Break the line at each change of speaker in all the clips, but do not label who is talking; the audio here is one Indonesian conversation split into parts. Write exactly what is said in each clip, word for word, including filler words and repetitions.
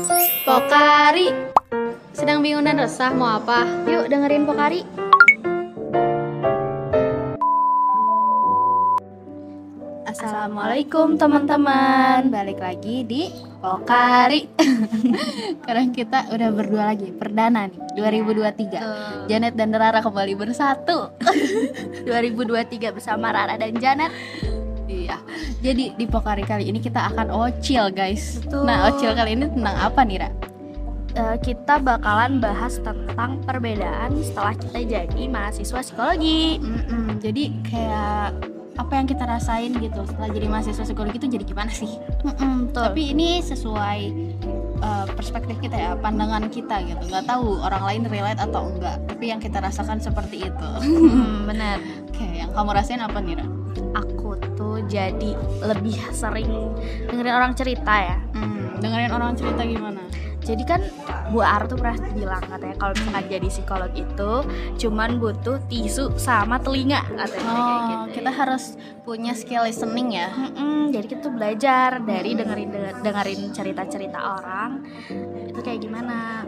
Pokari. Sedang bingung dan resah mau apa? Yuk dengerin Pokari. Assalamualaikum teman-teman. Balik lagi di Pokari. Sekarang kita udah berdua lagi, perdana nih dua ribu dua puluh tiga. uh. Janet dan Rara kembali bersatu. dua ribu dua puluh tiga bersama Rara dan Janet. Iya. Jadi di Pokari kali ini kita akan ocil, guys. Betul. Nah, ocil kali ini tentang apa nih, Ra?
Uh, kita bakalan bahas tentang perbedaan setelah kita jadi mahasiswa psikologi.
Mm-mm. Jadi kayak apa yang kita rasain gitu setelah jadi mahasiswa psikologi itu jadi gimana sih?
Mm-mm,
Tapi ini sesuai uh, perspektif kita ya, pandangan kita gitu. Nggak tahu orang lain relate atau enggak, tapi yang kita rasakan seperti itu.
Hmm, benar.
Oke, yang kamu rasain apa nih, Ra?
Aku tuh jadi lebih sering dengerin orang cerita ya.
Hmm, dengerin orang cerita gimana?
Jadi kan Bu Ar tuh pernah bilang katanya kalau misalkan jadi psikolog itu cuman butuh tisu sama telinga katanya.
Oh,
kayak gitu.
kita harus punya skill listening ya.
Mm-mm, jadi kita tuh belajar dari dengerin dengerin cerita-cerita orang itu kayak gimana.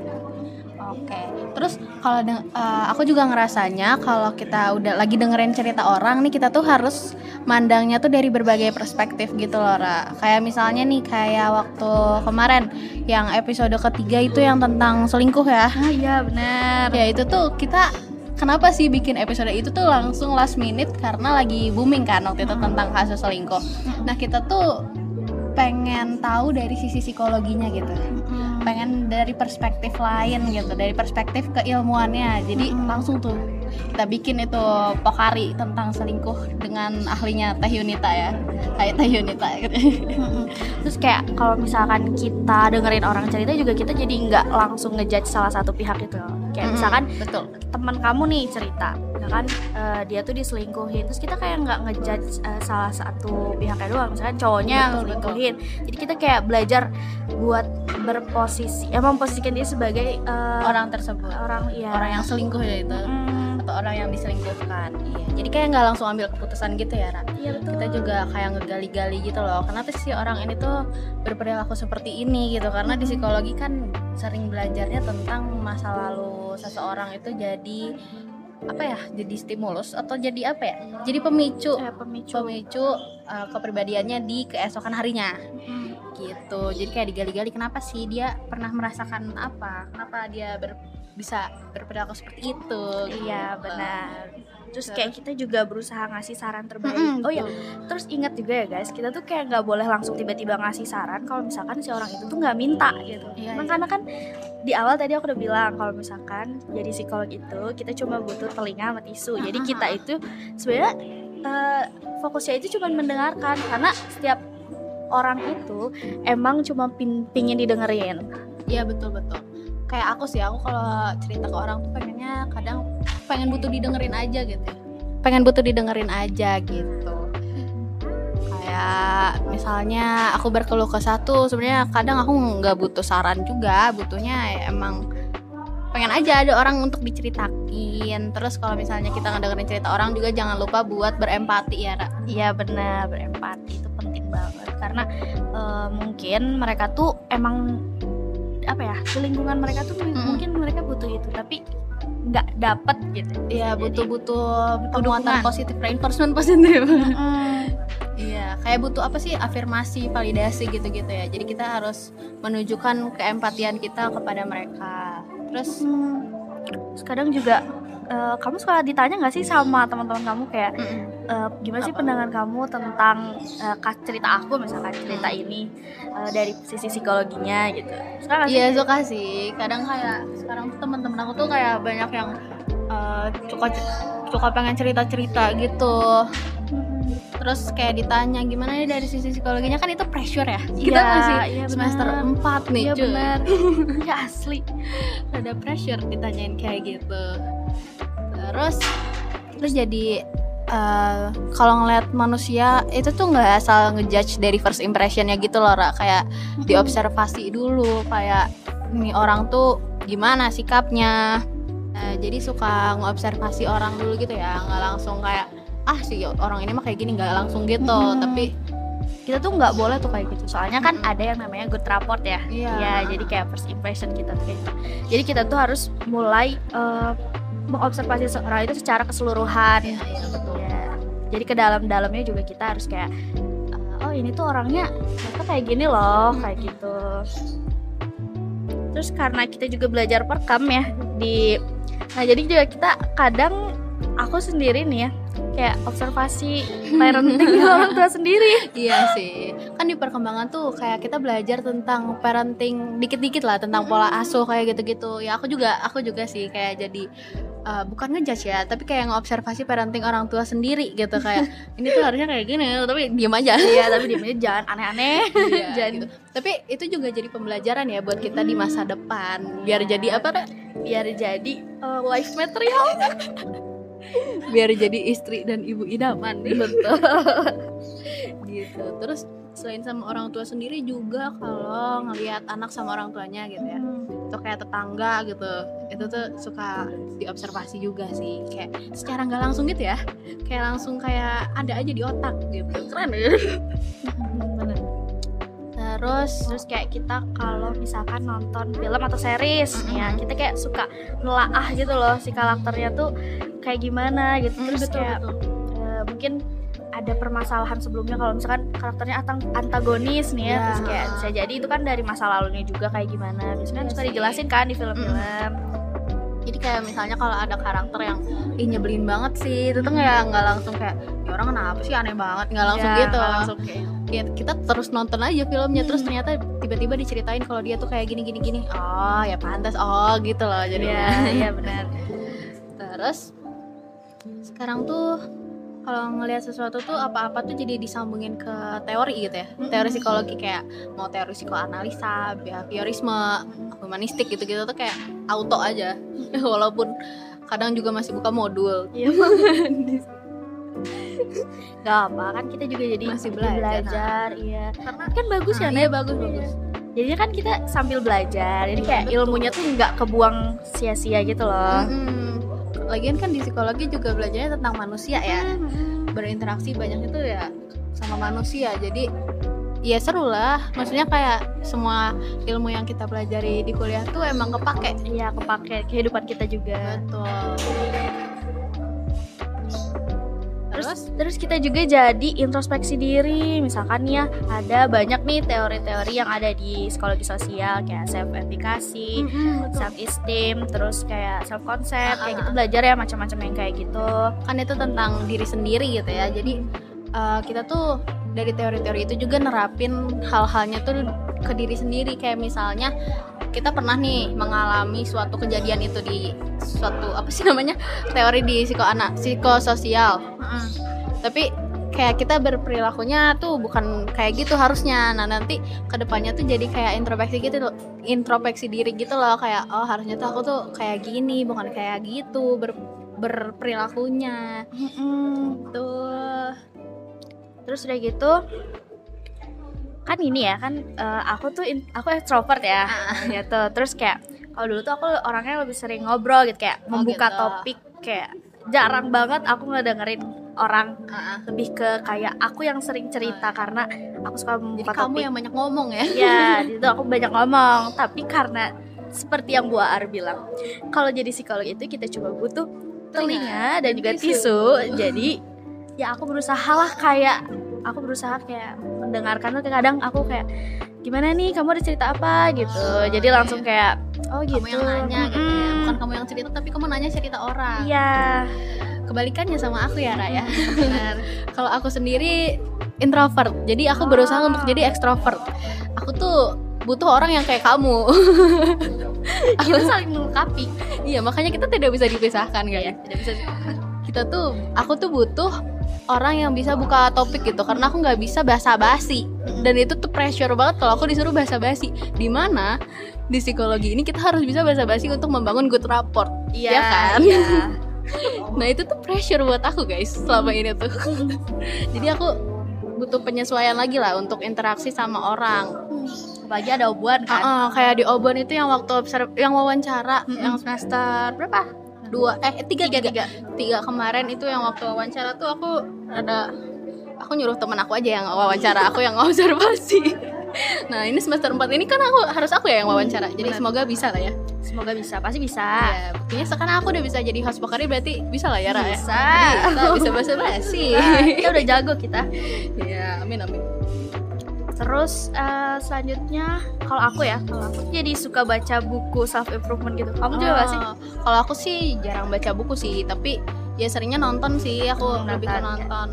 Oke, terus kalau de- uh, aku juga ngerasanya kalau kita udah lagi dengerin cerita orang nih, kita tuh harus mandangnya tuh dari berbagai perspektif gitu loh, Ra. Kayak misalnya nih, kayak waktu kemarin yang episode ketiga itu yang tentang selingkuh ya.
Ah iya benar.
Ya itu tuh kita kenapa sih bikin episode itu tuh langsung last minute karena lagi booming kan waktu itu tentang kasus selingkuh. Nah kita tuh pengen tahu dari sisi psikologinya gitu, hmm. pengen dari perspektif lain gitu, dari perspektif keilmuannya. Jadi hmm. langsung tuh kita bikin itu Pokari tentang selingkuh dengan ahlinya Teh Yunita ya, kayak Teh Yunita gitu.
Hmm. Terus kayak kalau misalkan kita dengerin orang cerita juga kita jadi nggak langsung ngejudge salah satu pihak itu. Kayak hmm. misalkan
betul
teman kamu nih cerita, ya kan uh, dia tuh diselingkuhin, terus kita kayak nggak ngejudge uh, salah satu pihaknya doang, misalkan cowoknya betul, selingkuhin. Betul. Jadi kita kayak belajar buat berposisi, ya memposisikan dia sebagai uh,
orang tersebut,
orang ya
orang yang selingkuh ya itu, mm. atau orang yang diselingkuhkan. Iya. Jadi kayak nggak langsung ambil keputusan gitu ya, Ra.
Iya betul.
Kita juga kayak ngegali-gali gitu loh. Kenapa sih orang ini tuh berperilaku seperti ini gitu? Karena di psikologi kan sering belajarnya tentang masa lalu seseorang itu jadi apa ya, jadi stimulus atau jadi apa ya, jadi pemicu
eh, pemicu,
pemicu uh, kepribadiannya di keesokan harinya hmm. gitu. Jadi kayak digali-gali kenapa sih dia pernah merasakan apa, kenapa dia ber, bisa berperilaku seperti itu.
Iya
gitu.
benar. Terus kayak kita juga berusaha ngasih saran terbaik.
Mm-hmm,
oh ya, terus ingat juga ya guys, kita tuh kayak nggak boleh langsung tiba-tiba ngasih saran kalau misalkan si orang itu tuh nggak minta gitu.
Iya,
nah,
iya.
Karena kan di awal tadi aku udah bilang kalau misalkan jadi psikolog itu kita cuma butuh telinga sama tisu. Jadi kita itu sebenarnya uh, fokusnya itu cuma mendengarkan, karena setiap orang itu emang cuma pin- pingin didengerin.
Iya betul betul. Kayak aku sih, aku kalau cerita ke orang tuh pengennya kadang pengen butuh didengerin aja gitu ya. Pengen butuh didengerin aja gitu. Kayak misalnya aku berkeluh ke satu, sebenarnya kadang aku nggak butuh saran juga, butuhnya ya emang pengen aja ada orang untuk diceritakin. Terus kalau misalnya kita ngedengerin cerita orang juga jangan lupa buat berempati ya, Ra.
Iya benar, berempati itu penting banget karena uh, mungkin mereka tuh emang apa ya, di lingkungan mereka tuh hmm. mungkin mereka butuh itu tapi nggak dapet gitu.
Iya butuh-butuh penguatan positif, reinforcement positif.
Mm.
Iya kayak butuh apa sih, afirmasi, validasi gitu-gitu ya. Jadi kita harus menunjukkan keempatian kita kepada mereka. Terus
hmm. kadang juga uh, kamu suka ditanya nggak sih sama teman-teman kamu kayak uh, gimana sih apa? Pandangan kamu tentang uh, cerita aku misalkan cerita ini uh, dari sisi psikologinya gitu.
Iya suka sih. Kadang kayak sekarang tuh teman-teman aku tuh kayak banyak yang uh, suka suka pengen cerita-cerita gitu. Terus kayak ditanya gimana nih dari sisi psikologinya, kan itu pressure ya. Kita
ya,
masih
ya
semester empat nih,
ya,
cuy.
Bener. Ya asli.
Ada pressure ditanyain kayak gitu. Terus terus jadi uh, kalau ngeliat manusia itu tuh nggak asal ngejudge dari first impressionnya gitu loh, Ra. Kayak diobservasi dulu, kayak nih orang tuh gimana sikapnya. Nah, jadi suka ngobservasi orang dulu gitu ya, nggak langsung kayak ah sih orang ini mah kayak gini, nggak langsung gitu, hmm. tapi
kita tuh nggak boleh tuh kayak gitu. Soalnya kan ada yang namanya good rapport ya.
Iya.
Ya, jadi kayak first impression kita tuh kayak gitu. Jadi kita tuh harus mulai uh, mengobservasi seorang itu secara keseluruhan.
Iya, iya, betul.
Ya. Jadi ke dalam-dalamnya juga kita harus kayak uh, oh ini tuh orangnya ternyata kayak gini loh, kayak gitu. Terus karena kita juga belajar perekam ya di, nah jadi juga kita kadang aku sendiri nih ya kayak observasi parenting orang tua sendiri.
Iya sih, kan di perkembangan tuh kayak kita belajar tentang parenting dikit-dikit lah, tentang pola asuh kayak gitu-gitu. Ya aku juga, aku juga sih kayak jadi uh, bukan ngejudge ya, tapi kayak ngobservasi parenting orang tua sendiri gitu. Kayak ini tuh harusnya kayak gini, tapi diem aja.
Iya, tapi diem aja, jangan aneh-aneh.
Iya,
Jangan
gitu. Tapi itu juga jadi pembelajaran ya buat kita di masa depan. Biar jadi apa, Ra?
biar jadi uh, life material.
Biar jadi istri dan ibu idaman nih.
Betul.
Gitu. Terus selain sama orang tua sendiri juga kalau ngelihat anak sama orang tuanya gitu ya, atau kayak tetangga gitu, itu tuh suka diobservasi juga sih, kayak secara nggak langsung gitu ya, kayak langsung kayak ada aja di otak gitu. Keren ya.
Bener. Terus terus kayak kita kalau misalkan nonton film atau series nih ya, kita kayak suka nelaah gitu loh si karakternya tuh kayak gimana gitu. Terus
betul,
kayak
betul.
Uh, mungkin ada permasalahan sebelumnya kalau misalkan karakternya antang- antagonis nih ya,
Ya.
terus kayak bisa jadi itu kan dari masa lalunya juga kayak gimana. Biasanya
Iya
suka
sih.
dijelasin kan di film-film.
Jadi kayak misalnya kalau ada karakter yang ih nyebelin banget sih, itu tuh nggak nggak langsung kayak ya orang kenapa sih aneh banget, nggak langsung
Ya,
gitu.
nggak langsung kayak
Kita, kita terus nonton aja filmnya, terus ternyata tiba-tiba diceritain kalau dia tuh kayak gini gini gini. Oh ya pantas, oh gitu loh
Iya,
jadinya.
iya benar.
Terus sekarang tuh kalau ngelihat sesuatu tuh apa-apa tuh jadi disambungin ke teori gitu ya, teori psikologi, kayak mau teori psikoanalisa, behaviorisme, humanistik gitu-gitu tuh kayak auto aja. Walaupun kadang juga masih buka modul.
Iya. Gak apa kan kita juga jadi
Masih belajar,
belajar iya. Karena kan bagus ya,
Nah,
Nek.
iya bagus bagus.
Jadinya kan kita sambil belajar, jadi
Iya,
kayak
betul.
ilmunya tuh nggak kebuang sia-sia gitu loh.
Mm-mm. Lagian kan di psikologi juga belajarnya tentang manusia ya, berinteraksi banyak itu ya sama manusia, jadi ya seru lah. Maksudnya kayak semua ilmu yang kita pelajari di kuliah tuh emang kepake.
Iya, kepake kehidupan kita juga.
Betul.
Terus terus kita juga jadi introspeksi diri. Misalkan ya ada banyak nih teori-teori yang ada di psikologi sosial kayak self efficacy, self esteem, terus kayak self concept, kayak gitu belajar ya macam-macam yang kayak gitu.
Kan itu tentang diri sendiri gitu ya. Jadi uh, kita tuh dari teori-teori itu juga nerapin hal-halnya tuh ke diri sendiri. Kayak misalnya kita pernah nih mengalami suatu kejadian itu di suatu apa sih namanya teori di psikoana psikososial.
Mm-hmm.
Tapi kayak kita berperilakunya tuh bukan kayak gitu harusnya. Nah nanti kedepannya tuh jadi kayak introspeksi gitu, introspeksi diri gitu loh. Kayak oh harusnya tuh aku tuh kayak gini, bukan kayak gitu ber, berperilakunya.
Mm-hmm.
Tuh.
Terus udah gitu kan ini ya kan uh, aku tuh in, aku extrovert ya gitu. Terus kayak kalau dulu tuh aku orangnya lebih sering ngobrol gitu, kayak
Oh,
membuka
gitu.
topik, kayak jarang banget aku ngedengerin orang.
Uh-uh.
Lebih ke kayak aku yang sering cerita karena aku suka
Jadi
membuka
kamu
topik.
yang banyak ngomong ya.
Ya, di situ aku banyak ngomong. Tapi karena seperti yang Bu Ar bilang, kalau jadi psikolog itu kita cuma butuh telinga dan juga
tisu.
tisu. Jadi ya aku berusaha lah kayak aku berusaha kayak mendengarkan tuh. Kadang aku kayak gimana nih, kamu ada cerita apa gitu.
Oh,
Jadi langsung kayak oh gitu.
Kamu yang nanya gitu ya.
Mm-mm.
Bukan kamu yang cerita, tapi kamu nanya cerita orang.
Iya.
Kebalikannya sama aku ya Raya. Benar. Kalau aku sendiri introvert, jadi aku berusaha
Oh.
untuk jadi ekstrovert. Aku tuh butuh orang yang kayak kamu.
Kita saling melengkapi.
Iya, makanya kita tidak bisa dipisahkan guys.
Tidak bisa.
Kita tuh, aku tuh butuh orang yang bisa buka topik gitu, karena aku nggak bisa basa-basi. Dan itu tuh pressure banget kalau aku disuruh basa-basi. Dimana di psikologi ini kita harus bisa basa-basi untuk membangun good rapport.
Iya
Ya kan?
Iya.
Nah itu tuh pressure buat aku guys selama ini tuh. Jadi aku butuh penyesuaian lagi lah untuk interaksi sama orang.
Apalagi ada obuan kan.
Uh-uh, kayak di Obon itu yang waktu observ- yang wawancara,
Mm-mm.
yang semester berapa? Dua, eh tiga, tiga, tiga, tiga kemarin itu yang waktu wawancara tuh aku ada aku nyuruh temen aku aja yang wawancara, aku yang observasi. Nah ini semester empat ini kan aku harus aku ya yang wawancara. Jadi
Benar.
semoga bisa lah ya.
Semoga bisa, pasti bisa.
Ya, buktinya sekarang aku udah bisa jadi host Pokari, berarti bisa lah ya Ra ya?
Bisa.
Bisa, bisa bahasa basi.
Nah, kita udah jago kita.
Ya, amin amin.
Terus eh, selanjutnya kalau aku ya, kalau aku jadi suka baca buku self improvement gitu. Kamu juga gak sih?
Oh, kalau aku sih jarang baca buku sih, tapi ya seringnya nonton sih. Aku
Hmm,
lebih ke
nonton, ya.
nonton.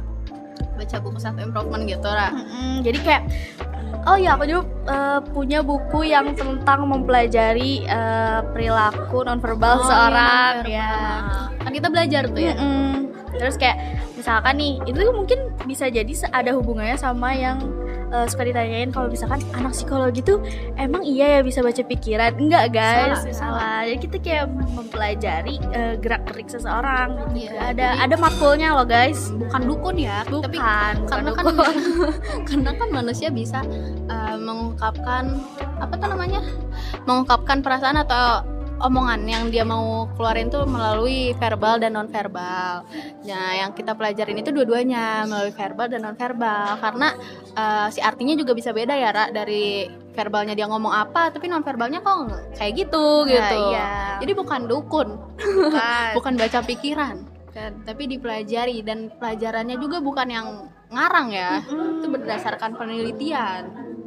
Baca buku self improvement gitu Ra.
Mm-mm, jadi kayak oh ya aku juga eh, punya buku yang tentang mempelajari eh, perilaku nonverbal
Oh,
seorang
iya,
ya.
kan kita belajar tuh ya.
Mm-mm. Terus kayak misalkan nih itu mungkin bisa jadi se- ada hubungannya sama yang eh, suka ditanyain kalau misalkan anak psikologi tuh emang iya ya bisa baca pikiran. Enggak guys,
Salah,
salah. Jadi kita kayak mempelajari eh, gerak-gerik seseorang gitu.
Iya,
ada
jadi-
ada matkulnya loh guys.
Bukan dukun ya,
Bukan,
tapi
bukan
karena kan
dukun.
karena kan manusia bisa uh, mengungkapkan apa tuh namanya, mengungkapkan perasaan atau omongan yang dia mau keluarin tuh melalui verbal dan non verbal. Nah yang kita pelajarin itu dua-duanya melalui verbal dan non verbal, karena uh, si artinya juga bisa beda ya Ra, dari verbalnya dia ngomong apa tapi non verbalnya kok nggak kayak gitu
Nah,
gitu.
iya.
Jadi bukan dukun,
Bukan.
bukan baca pikiran kan, tapi dipelajari, dan pelajarannya juga bukan yang ngarang ya.
Mm-mm.
Itu berdasarkan penelitian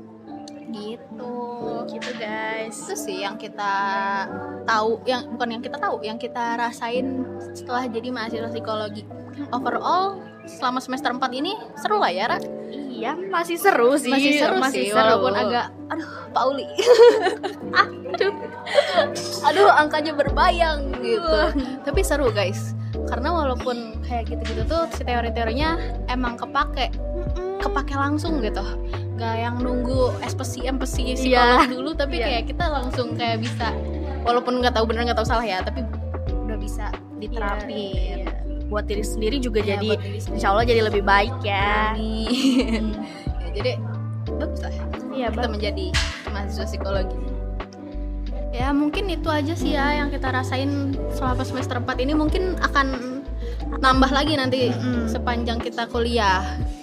gitu.
Gitu guys.
Itu sih yang kita tahu, yang bukan yang kita tahu, yang kita rasain setelah jadi mahasiswa psikologi. Overall selama semester empat ini seru lah ya Ra?
Iya masih seru sih.
Masih seru
masih
sih,
seru.
walaupun agak aduh Pauli aduh aduh angkanya berbayang gitu, tapi seru guys, karena walaupun kayak gitu-gitu tuh si teori-teorinya emang kepake kepake langsung gitu, gak yang nunggu espesi empesi psikologi
Iya.
dulu, tapi
Iya.
kayak kita langsung kayak bisa, walaupun nggak tahu bener nggak tahu salah ya, tapi udah bisa diterapin.
Iya. Buat diri sendiri juga
Ya,
jadi
buat diri sendiri.
insya Allah jadi lebih baik ya.
Amin. Ya, jadi bagus lah
Iya
kita menjadi mahasiswa psikologi. Ya mungkin itu aja sih ya yang kita rasain selama semester empat ini, mungkin akan nambah lagi nanti
Mm-mm.
sepanjang kita kuliah.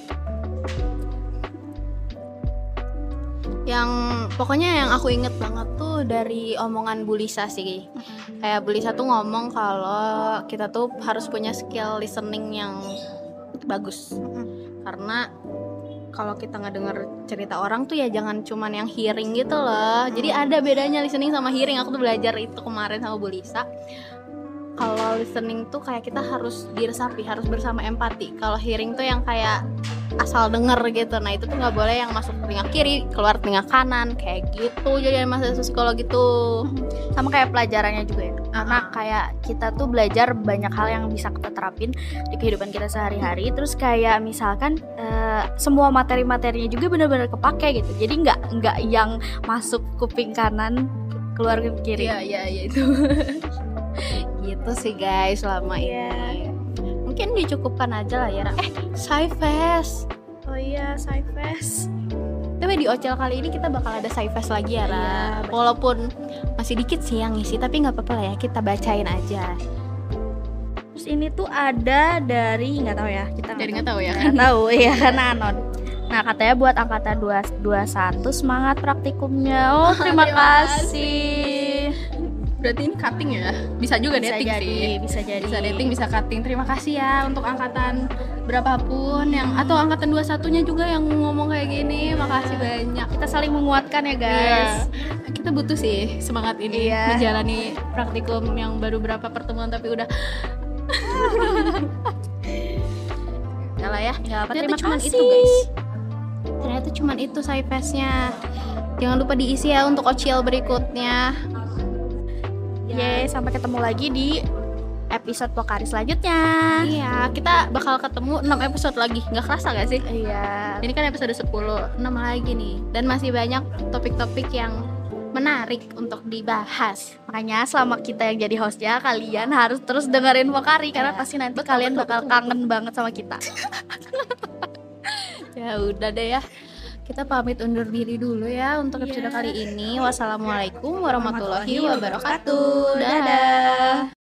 Yang pokoknya yang aku inget banget tuh dari omongan Bu Lisa sih. Kayak Bu Lisa tuh ngomong kalau kita tuh harus punya skill listening yang bagus. Karena kalau kita ngedenger cerita orang tuh ya jangan cuman yang hearing gitu loh. Jadi ada bedanya listening sama hearing. Aku tuh belajar itu kemarin sama Bu Lisa. Kalau listening tuh kayak kita harus diresapi, harus bersama empati. Kalau hearing tuh yang kayak asal denger gitu. Nah itu tuh nggak boleh yang masuk telinga kiri, keluar telinga kanan, kayak gitu. Jadi mahasiswa psikologi tuh.
sama kayak pelajarannya juga ya. Karena
Ah.
kayak kita tuh belajar banyak hal yang bisa kita terapin di kehidupan kita sehari-hari. Terus kayak misalkan eh, semua materi-materinya juga benar-benar kepake gitu. Jadi nggak nggak yang masuk kuping kanan keluar ke kiri.
Iya iya iya itu. Gitu sih guys selama
Iya.
ini. Mungkin dicukupkan aja lah ya. Ra. Eh, Sci-Fest.
Oh iya, Sci-Fest.
Tapi di Ocel kali ini kita bakal ada Sci-Fest lagi ya, Ra.
Iya, betul.
Walaupun masih dikit sih yang ngisi, tapi nggak apa-apa lah ya, kita bacain aja.
Terus ini tuh ada dari nggak tahu ya, kita
Jadi nggak tahu ya.
Nggak tahu ya karena anon. Nah katanya buat angkatan dua puluh satu semangat praktikumnya. Oh terima
Terima
kasih.
Berarti ini cutting ya? Bisa juga
Bisa
dating
jadi,
sih.
bisa jadi.
Bisa dating, bisa cutting. Terima kasih ya untuk angkatan berapapun yang atau angkatan dua puluh satunya juga yang ngomong kayak gini. Makasih banyak.
Kita saling menguatkan ya guys.
Iya. Kita butuh sih semangat ini
Iya.
menjalani praktikum yang baru berapa pertemuan tapi udah Gak lah ya.
Nggak apa,
Ternyata
terima
cuman
kasih.
itu guys. Ternyata cuman itu Sci-Fest-nya. Jangan lupa diisi ya untuk O C L berikutnya.
Yeay, sampai ketemu lagi di episode Pokari selanjutnya.
Iya, kita bakal ketemu enam episode lagi. Nggak kerasa gak sih?
Iya.
Ini kan episode sepuluh, enam lagi nih. Dan masih banyak topik-topik yang menarik untuk dibahas.
Makanya selama kita yang jadi hostnya, kalian harus terus dengerin Pokari karena
Iya.
pasti nanti
Betul,
kalian
betul,
bakal
betul,
kangen banget sama kita.
Ya udah deh ya. Kita pamit undur diri dulu ya untuk episode
Iya.
kali ini. Wassalamualaikum warahmatullahi
Warahmatullahi
wabarakatuh.
wabarakatuh.
Dadah.